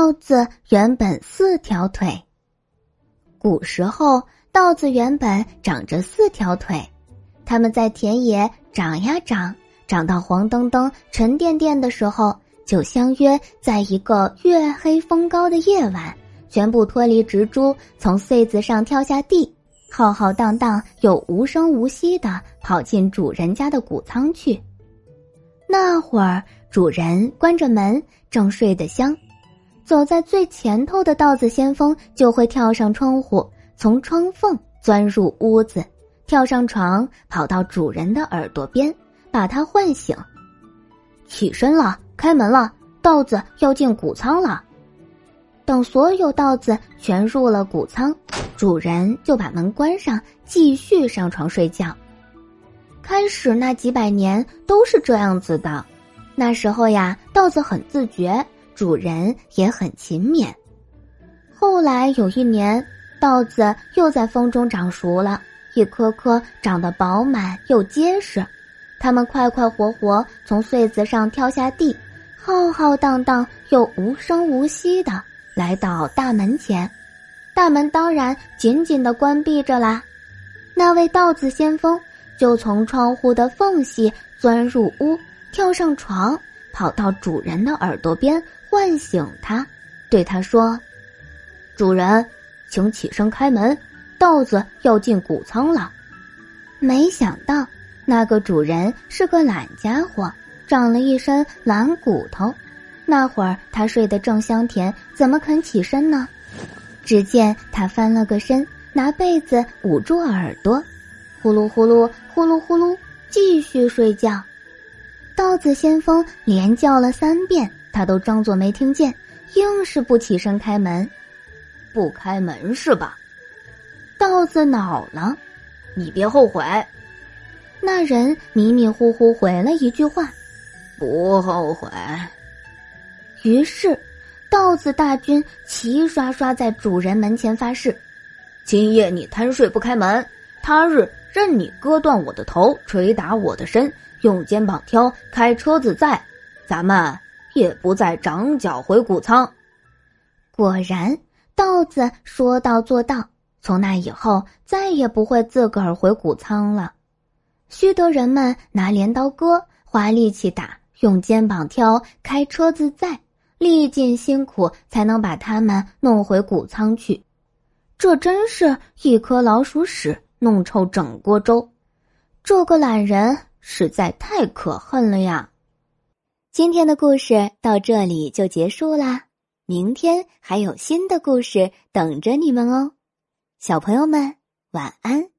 稻子原本4条腿。古时候，稻子原本长着4条腿，它们在田野长呀长，长到黄澄澄、沉甸甸的时候，就相约在一个月黑风高的夜晚，全部脱离植株，从穗子上跳下地，浩浩荡荡又无声无息地跑进主人家的谷仓去。那会儿，主人关着门，正睡得香。走在最前头的稻子先锋就会跳上窗户，从窗缝钻入屋子，跳上床，跑到主人的耳朵边，把他唤醒。起身了，开门了，稻子要进谷仓了。等所有稻子全入了谷仓，主人就把门关上，继续上床睡觉。开始那几百年都是这样子的。那时候呀，稻子很自觉，主人也很勤勉。后来有一年，稻子又在风中长熟了，一颗颗长得饱满又结实。它们快快活活从穗子上跳下地，浩浩荡荡又无声无息地来到大门前。大门当然紧紧地关闭着啦。那位稻子先锋就从窗户的缝隙钻入屋，跳上床，跑到主人的耳朵边唤醒他，对他说：主人，请起身开门，稻子要进谷仓了。没想到那个主人是个懒家伙，长了一身懒骨头。那会儿他睡得正香甜，怎么肯起身呢？只见他翻了个身，拿被子捂住耳朵，呼噜呼噜呼噜呼噜继续睡觉。稻子先锋连叫了3遍，他都装作没听见，硬是不起身开门。 不开门是吧？ 稻子恼了。 你别后悔。 那人迷迷糊糊回了一句话： 不后悔。 于是稻子大军齐刷刷在主人门前发誓： 今夜你贪睡不开门，他日任你割断我的头，捶打我的身，用肩膀挑，开车子载，咱们也不再长脚回谷仓。 果然，稻子说到做到，从那以后再也不会自个儿回谷仓了。须得人们拿镰刀割，花力气打，用肩膀挑，开车子载，历尽辛苦才能把他们弄回谷仓去。这真是一颗老鼠屎弄臭整锅粥。这个懒人实在太可恨了呀。今天的故事到这里就结束啦，明天还有新的故事等着你们哦。小朋友们，晚安。